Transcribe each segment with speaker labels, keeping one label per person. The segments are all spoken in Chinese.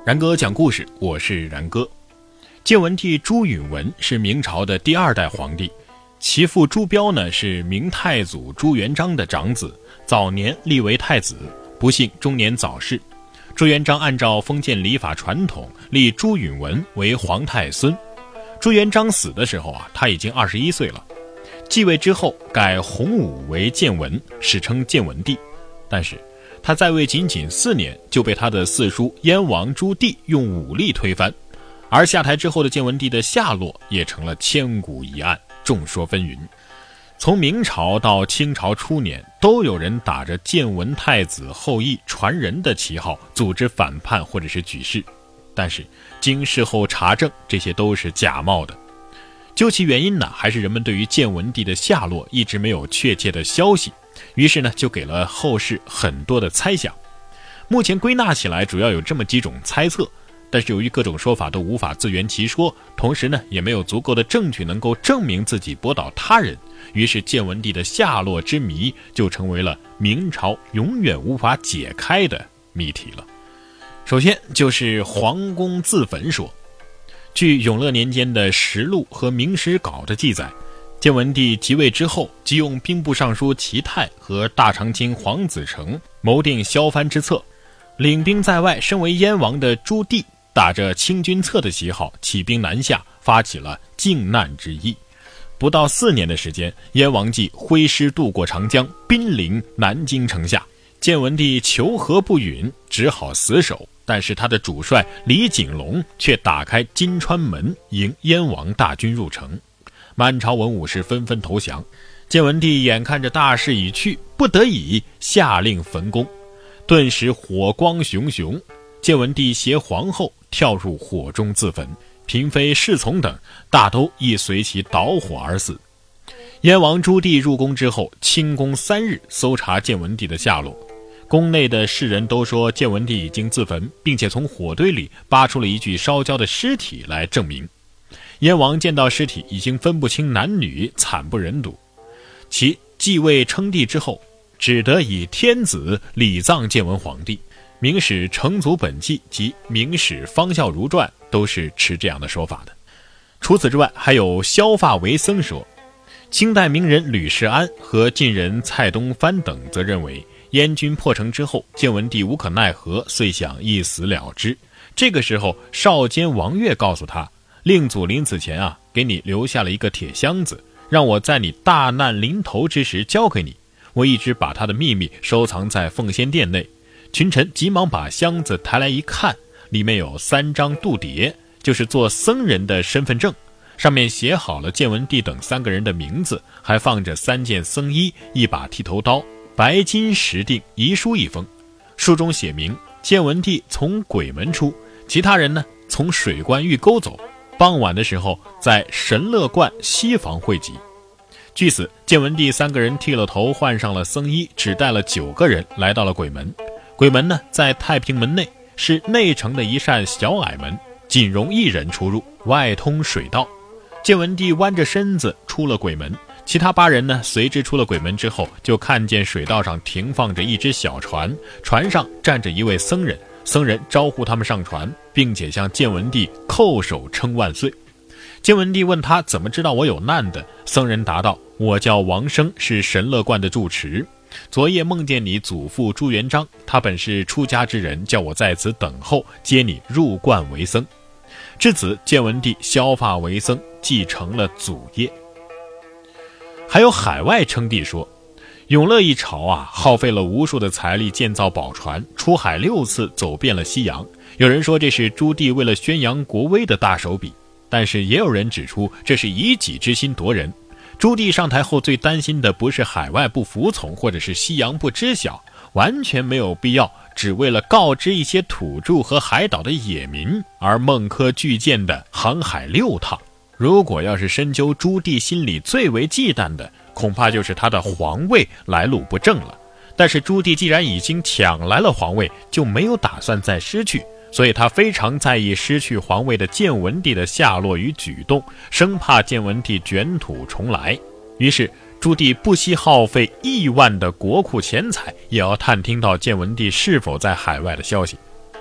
Speaker 1: 然哥讲故事，我是然哥。建文帝朱允炆是明朝的第2代皇帝，其父朱标呢是明太祖朱元璋的长子，早年立为太子，不幸中年早逝。朱元璋按照封建礼法传统，立朱允炆为皇太孙。朱元璋死的时候他已经21岁了。继位之后改洪武为建文，史称建文帝。但是他在位仅仅4年，就被他的四叔燕王朱棣用武力推翻。而下台之后的建文帝的下落也成了千古疑案，众说纷纭。从明朝到清朝初年，都有人打着建文太子后裔传人的旗号组织反叛或者是举事，但是经事后查证，这些都是假冒的。究其原因呢，还是人们对于建文帝的下落一直没有确切的消息，于是呢就给了后世很多的猜想。目前归纳起来主要有这么几种猜测，但是由于各种说法都无法自圆其说，同时呢也没有足够的证据能够证明自己驳倒他人，于是建文帝的下落之谜就成为了明朝永远无法解开的谜题了。首先就是皇宫自焚说。据永乐年间的实录和明史稿的记载，建文帝即位之后，即用兵部尚书齐泰和大长卿黄子成谋定削藩之策，领兵在外，身为燕王的朱棣打着清君侧的旗号起兵南下，发起了靖难之役。不到4年的时间，燕王继挥师渡过长江，兵临南京城下。建文帝求和不允，只好死守，但是他的主帅李景龙却打开金川门，迎燕王大军入城。满朝文武是纷纷投降。建文帝眼看着大势已去，不得已下令焚宫，顿时火光熊熊。建文帝携皇后跳入火中自焚，嫔妃侍从等大都亦随其导火而死。燕王朱棣入宫之后，清宫3日搜查建文帝的下落。宫内的士人都说建文帝已经自焚，并且从火堆里扒出了一具烧焦的尸体来证明。燕王见到尸体已经分不清男女，惨不忍睹。其继位称帝之后，只得以天子礼葬建文皇帝。明史成祖本纪及明史方孝孺传都是持这样的说法的。除此之外，还有削发为僧说。清代名人吕世安和晋人蔡东藩等则认为，燕军破城之后，建文帝无可奈何，遂想一死了之。这个时候，少监王悦告诉他，令祖临死前给你留下了一个铁箱子，让我在你大难临头之时交给你。我一直把他的秘密收藏在奉先殿内。群臣急忙把箱子抬来一看，里面有3张度牒，就是做僧人的身份证，上面写好了建文帝等3个人的名字，还放着3件僧衣、1把剃头刀，白金石锭遗书1封。书中写明，建文帝从鬼门出，其他人呢从水关御沟走，傍晚的时候在神乐观西房会集。据此，建文帝3个人剃了头，换上了僧衣，只带了9个人来到了鬼门。鬼门呢在太平门内，是内城的一扇小矮门，仅容1人出入，外通水道。建文帝弯着身子出了鬼门，其他8人呢随之出了鬼门之后，就看见水道上停放着一只小船，船上站着一位僧人，僧人招呼他们上船，并且向建文帝叩首称万岁。建文帝问他怎么知道我有难的，僧人答道，我叫王生，是神乐观的住持，昨夜梦见你祖父朱元璋，他本是出家之人，叫我在此等候，接你入观为僧。至此，建文帝削发为僧，继承了祖业。还有海外称帝说，永乐一朝耗费了无数的财力建造宝船，出海6次，走遍了西洋。有人说这是朱棣为了宣扬国威的大手笔，但是也有人指出这是以己之心夺人。朱棣上台后最担心的不是海外不服从，或者是西洋不知晓，完全没有必要只为了告知一些土著和海岛的野民而孟轲巨舰的航海6趟。如果要是深究朱棣心里最为忌惮的，恐怕就是他的皇位来路不正了。但是朱棣既然已经抢来了皇位，就没有打算再失去，所以他非常在意失去皇位的建文帝的下落与举动，生怕建文帝卷土重来。于是朱棣不惜耗费亿万的国库钱财，也要探听到建文帝是否在海外的消息。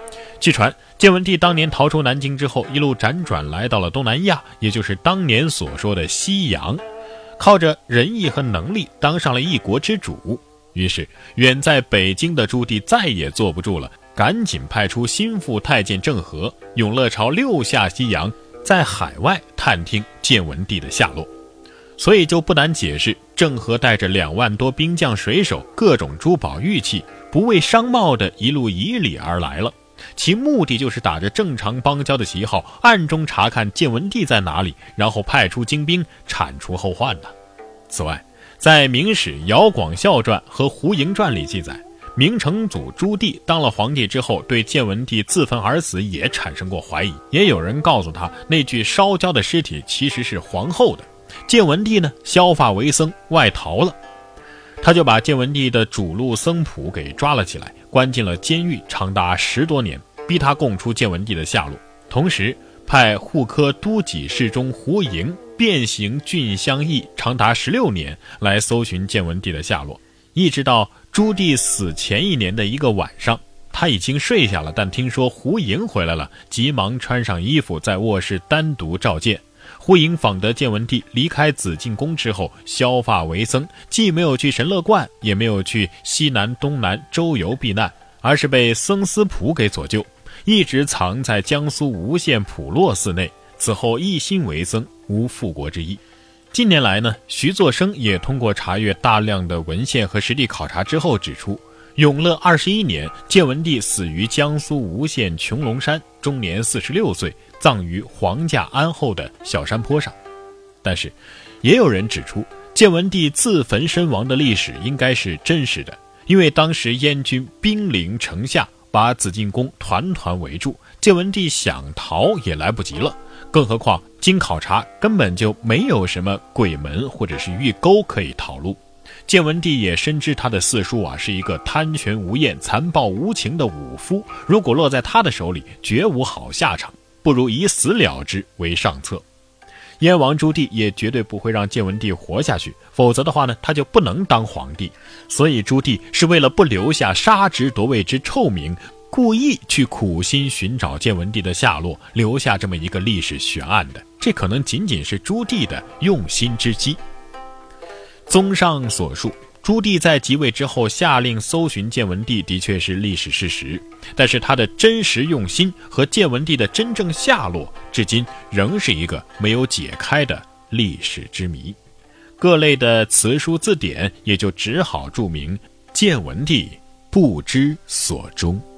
Speaker 1: 据传，建文帝当年逃出南京之后，一路辗转来到了东南亚，也就是当年所说的西洋，靠着仁义和能力当上了一国之主。于是远在北京的朱棣再也坐不住了，赶紧派出心腹太监郑和、永乐朝6下西洋，在海外探听建文帝的下落。所以就不难解释，郑和带着2万多兵将水手，各种珠宝玉器，不为商贸的一路以礼而来了。其目的就是打着正常邦交的旗号，暗中查看建文帝在哪里，然后派出精兵铲除后患呢。此外，在《明史·姚广孝传》和《胡营传》里记载，明成祖朱棣当了皇帝之后，对建文帝自焚而死也产生过怀疑。也有人告诉他，那具烧焦的尸体其实是皇后的。建文帝呢，削发为僧外逃了。他就把建文帝的主路僧仆给抓了起来，关进了监狱长达10多年，逼他供出建文帝的下落。同时派护科都给事中胡营遍行郡乡邑长达16年，来搜寻建文帝的下落。一直到朱棣死前1年的一个晚上，他已经睡下了，但听说胡营回来了，急忙穿上衣服在卧室单独召见。胡营访得建文帝离开紫禁宫之后，削发为僧，既没有去神乐观，也没有去西南东南周游避难，而是被僧司仆给所救，一直藏在江苏吴县普洛寺内，此后一心为僧，无复国之意。近年来呢，徐作生也通过查阅大量的文献和实地考察之后指出，永乐21年，建文帝死于江苏吴县穹窿山，终年46岁，葬于皇驾安后的小山坡上。但是也有人指出，建文帝自焚身亡的历史应该是真实的，因为当时燕军兵临城下，把紫禁宫团团围住，建文帝想逃也来不及了。更何况经考察根本就没有什么鬼门或者是御沟可以逃路。建文帝也深知他的四叔是一个贪权无厌、残暴无情的武夫，如果落在他的手里，绝无好下场，不如以死了之为上策。燕王朱棣也绝对不会让建文帝活下去，否则的话呢，他就不能当皇帝。所以朱棣是为了不留下杀职夺位之臭名，故意去苦心寻找建文帝的下落，留下这么一个历史悬案的。这可能仅仅是朱棣的用心之机。综上所述，朱棣在即位之后下令搜寻建文帝的确是历史事实，但是他的真实用心和建文帝的真正下落，至今仍是一个没有解开的历史之谜。各类的词书字典也就只好注明建文帝不知所终。